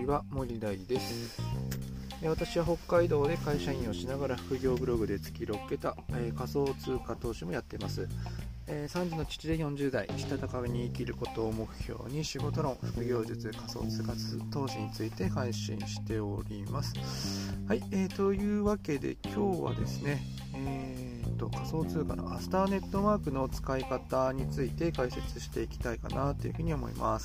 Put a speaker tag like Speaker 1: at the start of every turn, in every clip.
Speaker 1: は、森大です。私は北海道で会社員をしながら副業ブログで月6桁、仮想通貨投資もやっています。3児の父で40代、したたかに生きることを目標に仕事論、副業術、仮想通貨投資について配信しております。はい、というわけで今日はですね、仮想通貨のアスターネットワークの使い方について解説していきたいかなというふうに思います。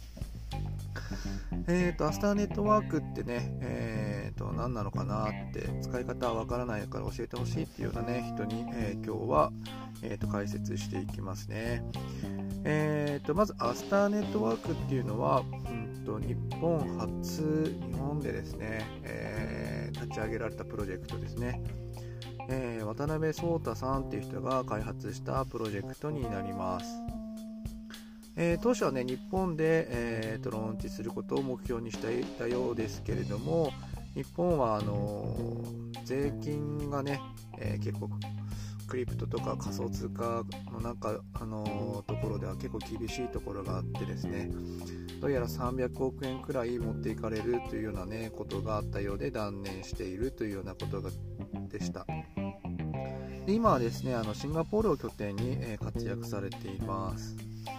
Speaker 1: アスターネットワークってね、何なのかなって使い方はわからないから教えてほしいっていうようなね人に、今日は、解説していきますね。まずアスターネットワークっていうのは、日本でですね、立ち上げられたプロジェクトですね。渡辺壮太さんっていう人が開発したプロジェクトになります。当初はね日本で、ローンチすることを目標にしていたようですけれども、日本は税金がね、結構クリプトとか仮想通貨の中、ところでは結構厳しいところがあってですね、どうやら300億円くらい持っていかれるというようなねことがあったようで断念しているというようなことでした。で今はですねシンガポールを拠点に、活躍されています。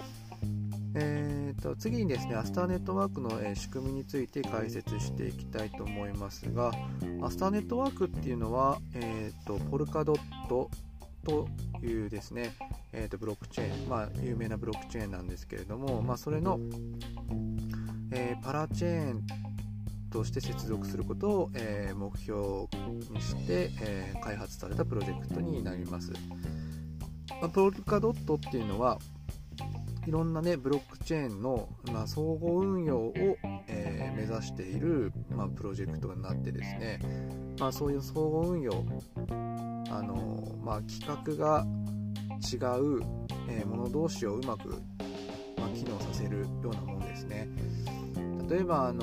Speaker 1: 次にですねアスターネットワークの、仕組みについて解説していきたいと思いますが、アスターネットワークっていうのは、ポルカドットというですね、ブロックチェーン、有名なブロックチェーンなんですけれども、それの、パラチェーンとして接続することを、目標にして、開発されたプロジェクトになります。ポルカドットっていうのはいろんなねブロックチェーンの、相互運用を、目指している、プロジェクトになってですね、そういう相互運用、規格が違う、もの同士をうまく、機能させるようなものですね。例えば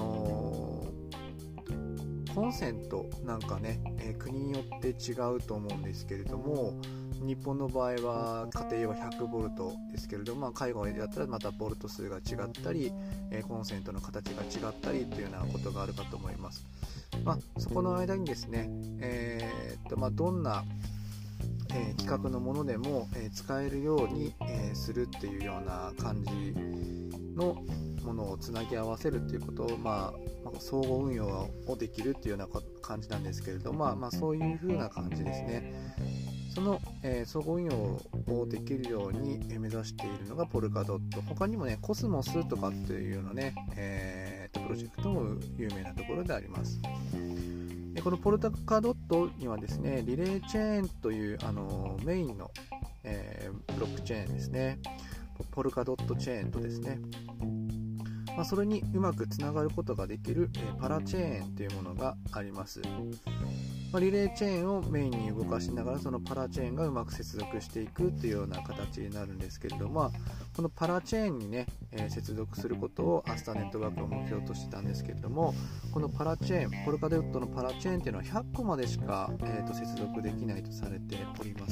Speaker 1: コンセントなんかね、国によって違うと思うんですけれども、日本の場合は家庭用は100ボルトですけれども、海外だったらまたボルト数が違ったり、コンセントの形が違ったりというようなことがあるかと思います。そこの間にですね、どんな規格のものでも、使えるように、するっていうような感じのものをつなぎ合わせるっていうことを、相互運用をできるっていうような感じなんですけれども、そういう風な感じですね。その、相互運用をできるように目指しているのがポルカドット。他にもねコスモスとかっていうようなね、プロジェクトも有名なところであります。このポルカドットにはですねリレーチェーンというメインの、ブロックチェーンですね、ポルカドットチェーンとですね、それにうまくつながることができる、パラチェーンというものがあります。リレーチェーンをメインに動かしながらそのパラチェーンがうまく接続していくというような形になるんですけれども、このパラチェーンにね、接続することをアスターネットワークを目標としてたんですけれども、このパラチェーン、ポルカドットのパラチェーンというのは100個までしか、接続できないとされております。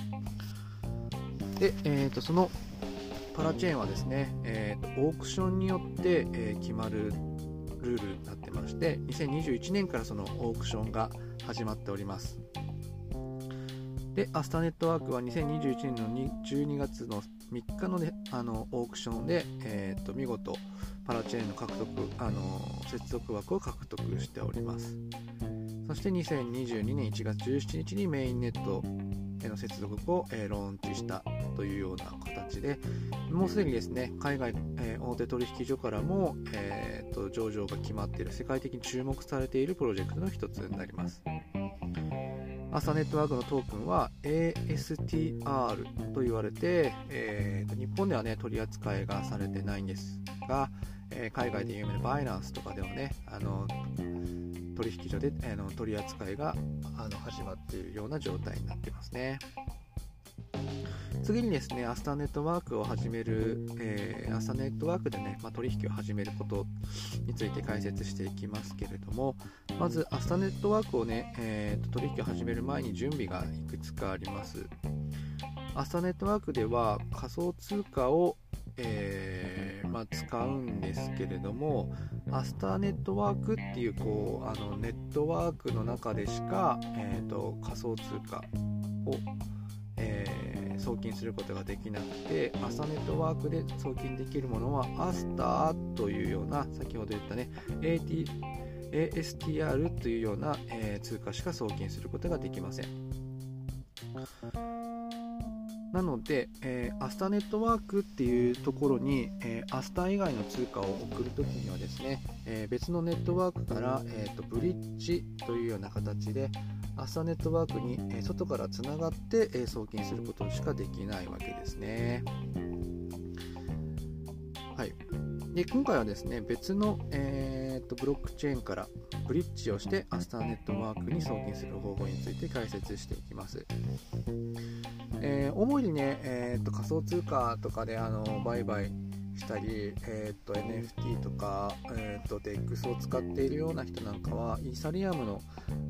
Speaker 1: で、そのパラチェーンはですね、オークションによって、決まるルールになってまして、2021年からそのオークションが始まっております。でアスターネットワークは2021年の12月の3日の、オークションで、見事パラチェーンの接続枠を獲得しております。そして2022年1月17日にメインネットへの接続を、ローンチしたというような形で、もうすでにですね海外、大手取引所からも、上場が決まっている、世界的に注目されているプロジェクトの一つになります。アスターネットワークのトークンは ASTR と言われて、日本ではね取り扱いがされてないんですが、海外で有名なバイナンスとかではね取引所で取り扱いが始まっているような状態になっていますね。次にですねアスターネットワークを始める、アスターネットワークでね、取引を始めることについて解説していきますけれども、まずアスターネットワークをね、取引を始める前に準備がいくつかあります。アスターネットワークでは仮想通貨を、 使うんですけれども、アスターネットワークっていうネットワークの中でしか、仮想通貨を、送金することができなくて、アスターネットワークで送金できるものはアスターというような、先ほど言ったね ASTR というような、通貨しか送金することができません。なので、アスターネットワークっていうところに、アスター以外の通貨を送るときにはですね、別のネットワークから、ブリッジというような形でアスターネットワークに、外からつながって、送金することしかできないわけですね。はい。で、今回はですね、別の、ブロックチェーンからブリッジをしてアスターネットワークに送金する方法について解説していきます。主にね、仮想通貨とかで売買したり、NFT とか、DEX を使っているような人なんかはイーサリアムの、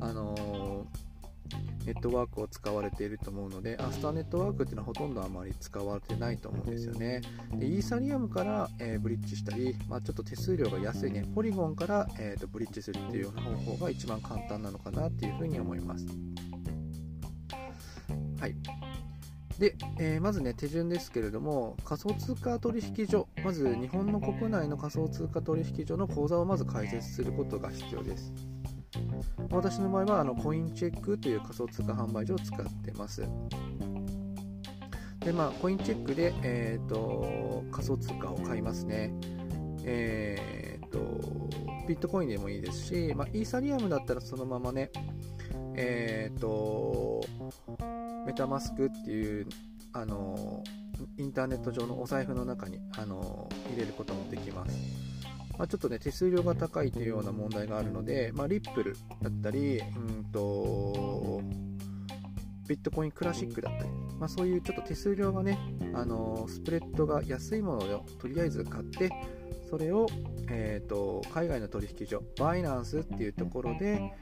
Speaker 1: ネットワークを使われていると思うので、アスターネットワークっていうのはほとんどあまり使われてないと思うんですよね。でイーサリアムから、ブリッジしたり、ちょっと手数料が安いねポリゴンから、ブリッジするっていうような方法が一番簡単なのかなっていうふうに思います。はい。で、まずね手順ですけれども、仮想通貨取引所、まず日本の国内の仮想通貨取引所の口座をまず開設することが必要です。私の場合はコインチェックという仮想通貨販売所を使っています。で、コインチェックで、仮想通貨を買いますね。ビットコインでもいいですし、イーサリアムだったらそのままね、メタマスクっていうインターネット上のお財布の中に入れることもできます。ちょっとね手数料が高いというような問題があるので、リップルだったり、ビットコインクラシックだったり、そういうちょっと手数料がね、スプレッドが安いものをとりあえず買って、それを、海外の取引所バイナンスっていうところで、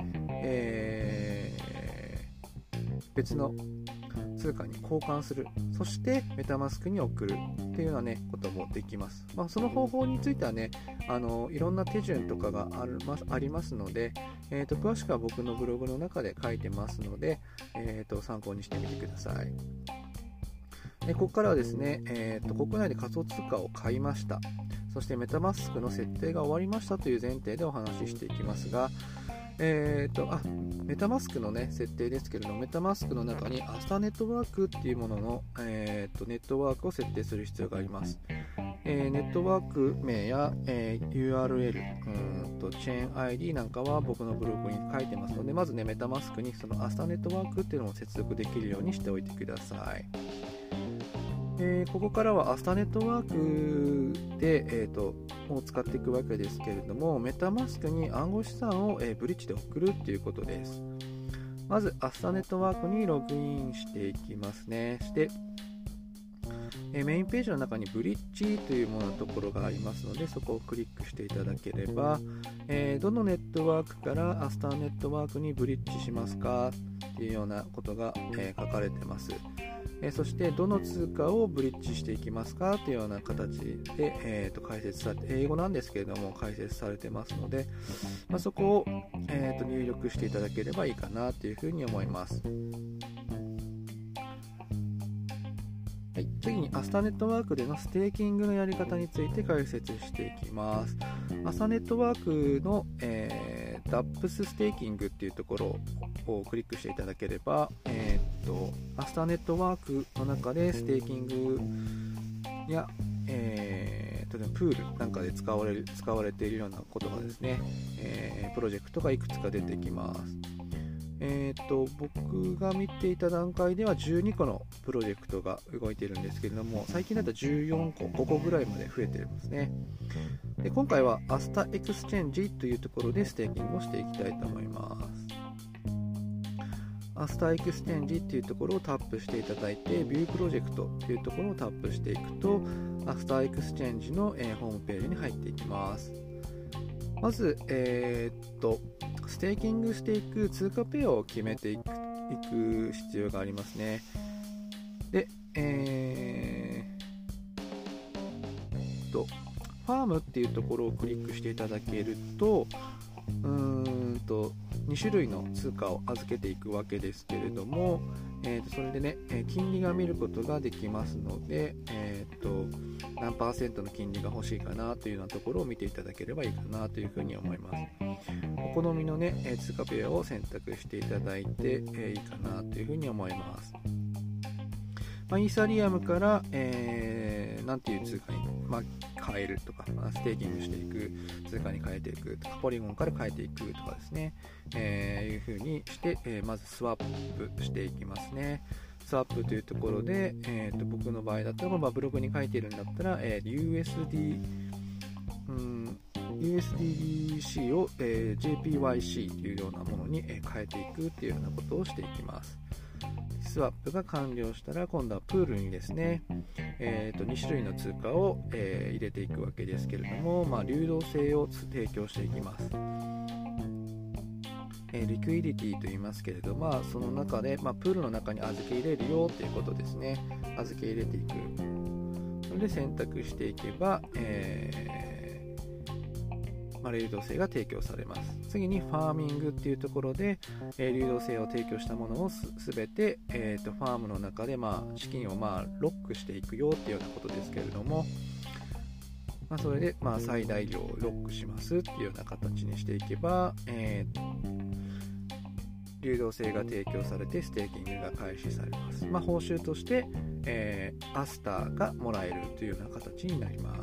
Speaker 1: 別の通貨に交換する、そしてメタマスクに送るっていうようなねこともできます。その方法についてはねいろんな手順とかがありますので、詳しくは僕のブログの中で書いてますので、参考にしてみてください。ここからはですね、国内で仮想通貨を買いました、そしてメタマスクの設定が終わりましたという前提でお話ししていきますが、メタマスクのね設定ですけれども、メタマスクの中にアスターネットワークっていうものの、ネットワークを設定する必要があります。ネットワーク名や、URL、チェーン ID なんかは僕のブログに書いてますので、まずねメタマスクにそのアスターネットワークっていうのを接続できるようにしておいてください。ここからはアスターネットワークで、を使っていくわけですけれども、メタマスクに暗号資産を、ブリッジで送るということです。まずアスターネットワークにログインしていきますね。してメインページの中にブリッジというもののところがありますので、そこをクリックしていただければ、どのネットワークからアスターネットワークにブリッジしますかというようなことが、書かれてます。そしてどの通貨をブリッジしていきますかというような形で、解説されて、英語なんですけれども解説されてますので、そこを、入力していただければいいかなというふうに思います。はい、次にアスターネットワークでのステーキングのやり方について解説していきます。アスターネットワークの、DApps ステーキングっていうところをクリックしていただければ、アスターネットワークの中でステーキングや、プールなんかで使われているようなことがですね、プロジェクトがいくつか出てきます。僕が見ていた段階では12個のプロジェクトが動いているんですけれども、最近だと14個、5個ぐらいまで増えていますね。で今回はアスタエクスチェンジというところでステーキングをしていきたいと思います。アスタエクスチェンジというところをタップしていただいて、ビュープロジェクトというところをタップしていくと、アスタエクスチェンジの、ホームページに入っていきます。まず、ステーキングしていく通貨ペアを決めていく必要がありますね。で、 ファームっていうところをクリックしていただけると2種類の通貨を預けていくわけですけれども、それでね、金利が見ることができますので、何%の金利が欲しいかなというようなところを見ていただければいいかなというふうに思います。お好みのね、通貨ペアを選択していただいて、いいかなというふうに思います。イーサリアムから、なんていう通貨に、変えるとか、ステーキングしていく通貨に変えていくとか、ポリゴンから変えていくとかですね、いう風にして、まずスワップしていきますね。スワップというところで、僕の場合だったら、ブログに書いているんだったら、USDC を、JPYC というようなものに、変えていくというようなことをしていきます。スワップが完了したら今度はプールにですね、2種類の通貨を、入れていくわけですけれども、流動性を提供していきます。リクイディティと言いますけれど、その中で、プールの中に預け入れるよということですね。預け入れていく。それで選択していけば、流動性が提供されます。次にファーミングっていうところで、流動性を提供したものをすべて、ファームの中で、資金をロックしていくよっていうようなことですけれども、それで、最大量をロックしますっていうような形にしていけば、流動性が提供されてステーキングが開始されます。報酬として、アスターがもらえるというような形になります。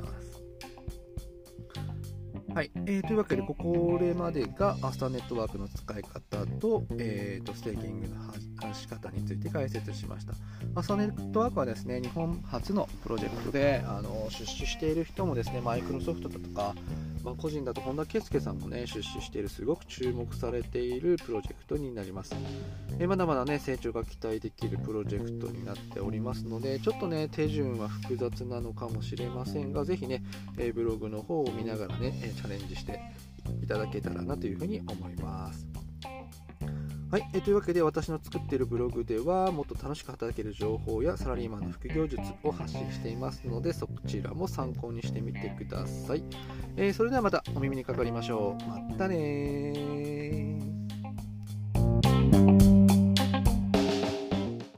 Speaker 1: はい、というわけでこれまでがアスターネットワークの使い方と、ステーキングの話し方について解説しました。アスターネットワークはですね、日本初のプロジェクトで出資している人もですね、マイクロソフトだとか、個人だと本田圭佑さんもね出資しているすごく注目されているプロジェクトになります。まだまだね成長が期待できるプロジェクトになっておりますので、ちょっとね手順は複雑なのかもしれませんが、ぜひねブログの方を見ながらねチャレンジしていただけたらなというふうに思います。はい、というわけで私の作っているブログではもっと楽しく働ける情報やサラリーマンの副業術を発信していますので、そちらも参考にしてみてください。それではまたお耳にかかりましょう。またねー。